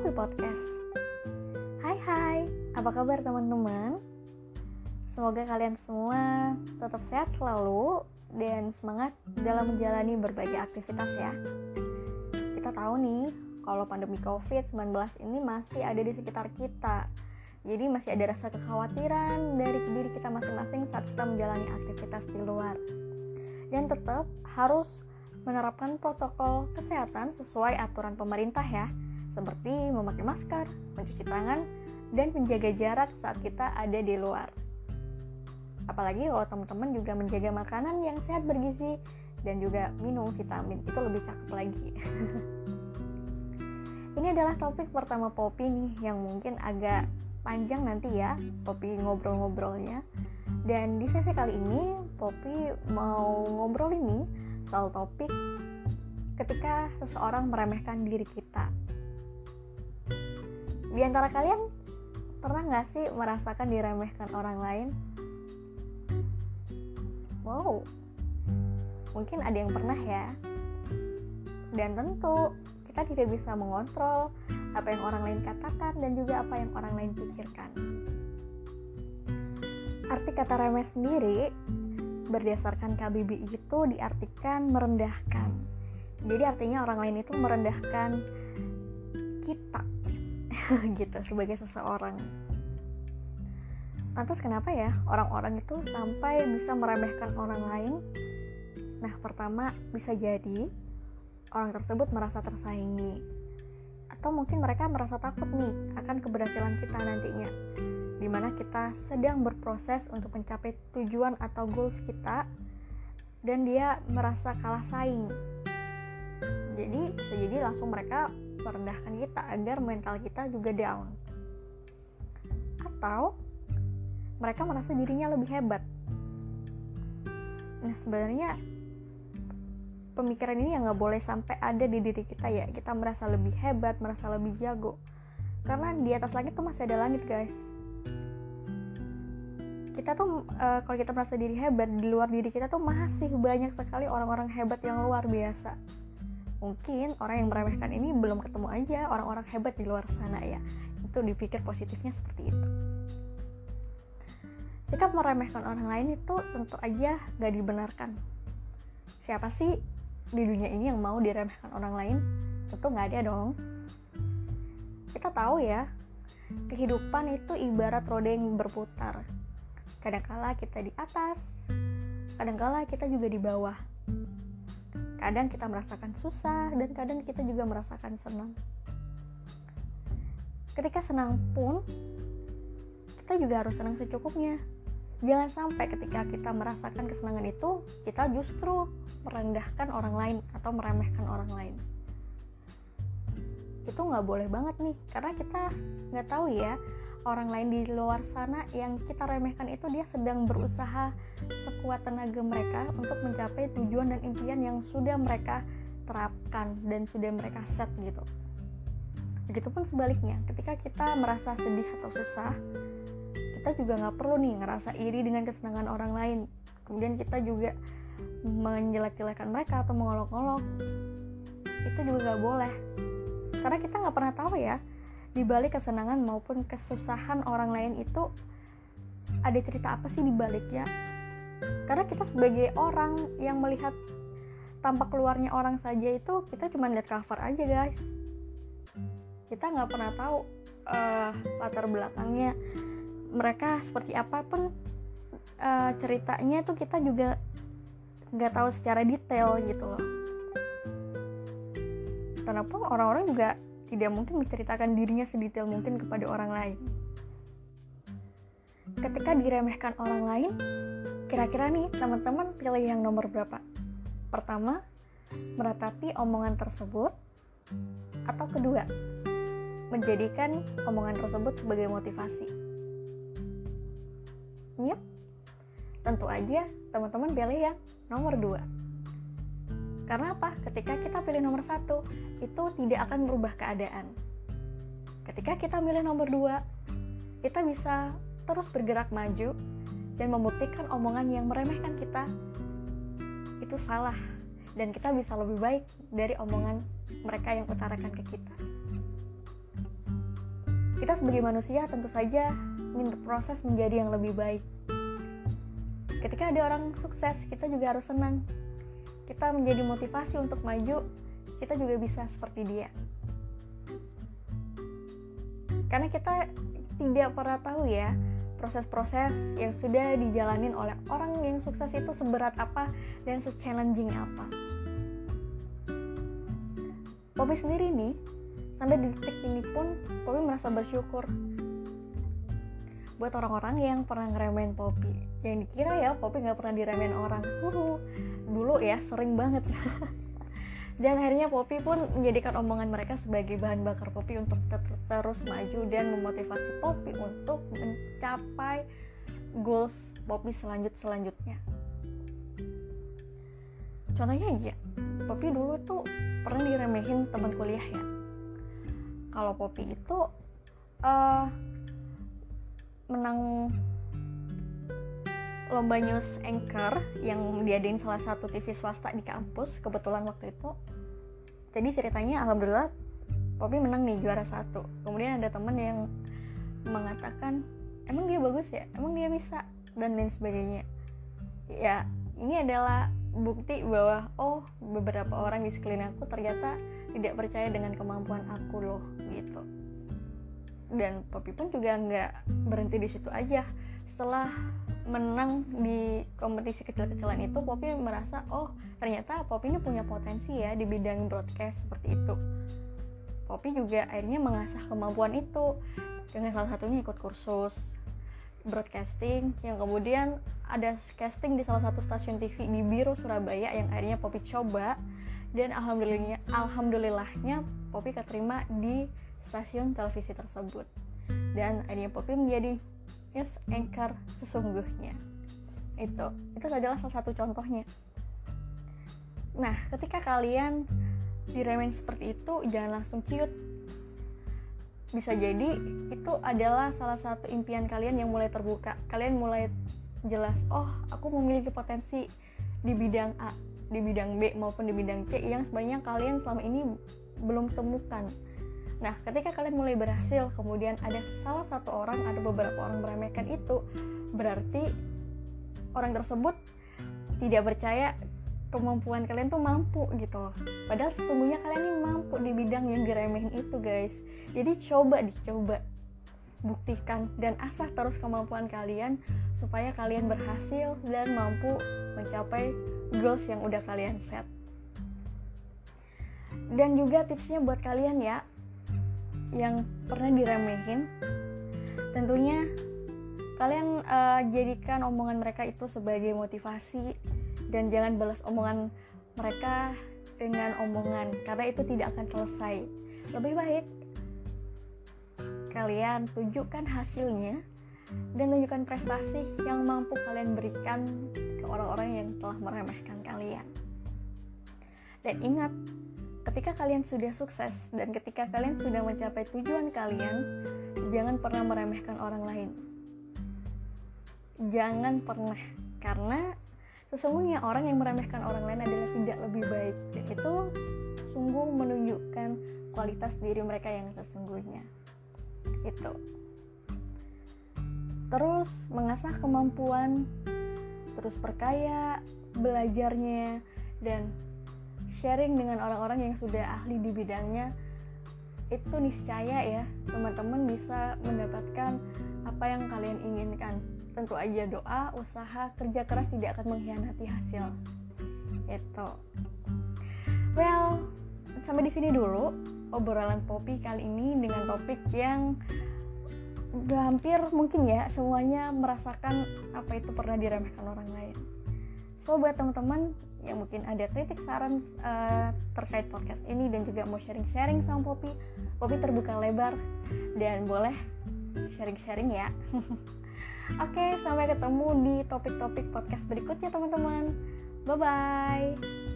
Poppy Podcast. Hai, apa kabar teman-teman? Semoga kalian semua tetap sehat selalu dan semangat dalam menjalani berbagai aktivitas ya. Kita tahu nih, kalau pandemi COVID-19 ini masih ada di sekitar kita. Jadi masih ada rasa kekhawatiran dari diri kita masing-masing saat kita menjalani aktivitas di luar. Dan tetap harus menerapkan protokol kesehatan sesuai aturan pemerintah ya, seperti memakai masker, mencuci tangan, dan menjaga jarak saat kita ada di luar. Apalagi kalau teman-teman juga menjaga makanan yang sehat bergizi dan juga minum vitamin, itu lebih cakep lagi. Ini adalah topik pertama Poppy nih, yang mungkin agak panjang nanti ya Poppy ngobrol-ngobrolnya. Dan di sesi kali ini Poppy mau ngobrol ini soal topik ketika seseorang meremehkan diri kita. Di antara kalian pernah gak sih merasakan diremehkan orang lain? Wow, mungkin ada yang pernah ya. Dan tentu kita tidak bisa mengontrol apa yang orang lain katakan dan juga apa yang orang lain pikirkan. Arti kata remeh sendiri berdasarkan KBBI itu diartikan merendahkan. Jadi artinya orang lain itu merendahkan kita gitu sebagai seseorang. Lantas kenapa ya orang-orang itu sampai bisa meremehkan orang lain? Nah, pertama bisa jadi orang tersebut merasa tersaingi, atau mungkin mereka merasa takut nih akan keberhasilan kita nantinya, dimana kita sedang berproses untuk mencapai tujuan atau goals kita, dan dia merasa kalah saing. Jadi bisa jadi langsung mereka merendahkan kita agar mental kita juga down. Atau mereka merasa dirinya lebih hebat. Nah, sebenarnya pemikiran ini yang gak boleh sampai ada di diri kita ya. Kita merasa lebih hebat, merasa lebih jago, karena di atas langit tuh masih ada langit guys. Kita tuh kalau kita merasa diri hebat, di luar diri kita tuh masih banyak sekali orang-orang hebat yang luar biasa. Mungkin orang yang meremehkan ini belum ketemu aja orang-orang hebat di luar sana ya. Itu dipikir positifnya seperti itu. Sikap meremehkan orang lain itu tentu aja gak dibenarkan. Siapa sih di dunia ini yang mau diremehkan orang lain? Tentu gak ada dong. Kita tahu ya, kehidupan itu ibarat roda yang berputar. Kadangkala kita di atas, kadangkala kita juga di bawah. Kadang kita merasakan susah, dan kadang kita juga merasakan senang. Ketika senang pun, kita juga harus senang secukupnya. Jangan sampai ketika kita merasakan kesenangan itu, kita justru merendahkan orang lain atau meremehkan orang lain. Itu gak boleh banget nih, karena kita gak tahu ya, orang lain di luar sana yang kita remehkan itu dia sedang berusaha sekuat tenaga mereka untuk mencapai tujuan dan impian yang sudah mereka terapkan dan sudah mereka set gitu. Begitupun sebaliknya, ketika kita merasa sedih atau susah, kita juga gak perlu nih ngerasa iri dengan kesenangan orang lain. Kemudian kita juga menjelek-jelekan mereka atau mengolok-olok. Itu juga gak boleh, karena kita gak pernah tahu ya, di balik kesenangan maupun kesusahan orang lain itu ada cerita apa sih di baliknya. Karena kita sebagai orang yang melihat tampak luarnya orang saja itu, kita cuma lihat cover aja guys. Kita nggak pernah tahu latar belakangnya mereka seperti apa pun, ceritanya itu kita juga nggak tahu secara detail gitu loh. Karena pun orang-orang juga tidak mungkin menceritakan dirinya sedetail mungkin kepada orang lain. Ketika diremehkan orang lain, kira-kira nih teman-teman pilih yang nomor berapa? Pertama, meratapi omongan tersebut, atau kedua, menjadikan omongan tersebut sebagai motivasi. Yep, tentu aja teman-teman pilih yang nomor 2. Karena apa? Ketika kita pilih nomor 1, itu tidak akan merubah keadaan. Ketika kita pilih nomor 2, kita bisa terus bergerak maju dan membuktikan omongan yang meremehkan kita itu salah, dan kita bisa lebih baik dari omongan mereka yang utarakan ke kita. Kita sebagai manusia tentu saja ingin berproses menjadi yang lebih baik. Ketika ada orang sukses, kita juga harus senang. Kita menjadi motivasi untuk maju, kita juga bisa seperti dia. Karena kita tidak pernah tahu ya, proses-proses yang sudah dijalanin oleh orang yang sukses itu seberat apa dan se-challenging apa. Poppy sendiri nih, sampai di detik ini pun Poppy merasa bersyukur buat orang-orang yang pernah ngeremehin Poppy. Yang dikira ya Poppy gak pernah diremehin orang. Dulu ya sering banget. Dan akhirnya Poppy pun menjadikan omongan mereka sebagai bahan bakar Poppy untuk terus maju dan memotivasi Poppy untuk mencapai goals Poppy selanjutnya. Contohnya ya, Poppy dulu tuh pernah diremehin teman kuliah ya. Kalau Poppy itu menang lomba news anchor yang diadain salah satu TV swasta di kampus kebetulan waktu itu. Jadi ceritanya alhamdulillah Poppy menang nih, juara 1. Kemudian ada teman yang mengatakan emang dia bagus ya, emang dia bisa, dan lain sebagainya. Ya ini adalah bukti bahwa beberapa orang di sekeliling aku ternyata tidak percaya dengan kemampuan aku loh gitu. Dan Poppy pun juga nggak berhenti di situ aja. Setelah menang di kompetisi kecil-kecilan itu, Poppy merasa ternyata Poppy ini punya potensi ya di bidang broadcast seperti itu. Poppy juga akhirnya mengasah kemampuan itu dengan salah satunya ikut kursus broadcasting, yang kemudian ada casting di salah satu stasiun TV di Biro Surabaya yang akhirnya Poppy coba, dan alhamdulillahnya Poppy keterima di stasiun televisi tersebut, dan akhirnya Poppy menjadi news anchor sesungguhnya. Itu adalah salah satu contohnya. Nah, ketika kalian diremehin seperti itu, jangan langsung ciut. Bisa jadi itu adalah salah satu impian kalian yang mulai terbuka. Kalian mulai jelas, aku memiliki potensi di bidang A, di bidang B maupun di bidang C yang sebenarnya kalian selama ini belum temukan. Nah, ketika kalian mulai berhasil, kemudian ada salah satu orang, ada beberapa orang meremehkan itu, berarti orang tersebut tidak percaya kemampuan kalian tuh mampu gitu loh. Padahal sesungguhnya kalian ini mampu di bidang yang diremehin itu, guys. Jadi coba buktikan dan asah terus kemampuan kalian supaya kalian berhasil dan mampu mencapai goals yang udah kalian set. Dan juga tipsnya buat kalian ya yang pernah diremehin, tentunya kalian jadikan omongan mereka itu sebagai motivasi dan jangan balas omongan mereka dengan omongan, karena itu tidak akan selesai. Lebih baik kalian tunjukkan hasilnya dan tunjukkan prestasi yang mampu kalian berikan ke orang-orang yang telah meremehkan kalian. Dan ingat, ketika kalian sudah sukses dan ketika kalian sudah mencapai tujuan kalian, jangan pernah meremehkan orang lain. Jangan pernah, karena sesungguhnya orang yang meremehkan orang lain adalah tidak lebih baik, dan itu sungguh menunjukkan kualitas diri mereka yang sesungguhnya. Itu. Terus mengasah kemampuan, terus perkaya belajarnya, dan sharing dengan orang-orang yang sudah ahli di bidangnya. Itu niscaya ya teman-teman bisa mendapatkan apa yang kalian inginkan. Tentu aja doa, usaha, kerja keras tidak akan mengkhianati hasil. Itu. Well, sampai di sini dulu obrolan Poppy kali ini dengan topik yang hampir mungkin ya semuanya merasakan apa itu pernah diremehkan orang lain. So buat teman-teman yang mungkin ada kritik saran terkait podcast ini dan juga mau sharing-sharing sama Poppy terbuka lebar dan boleh sharing-sharing ya. Oke, sampai ketemu di topik-topik podcast berikutnya teman-teman. Bye-bye.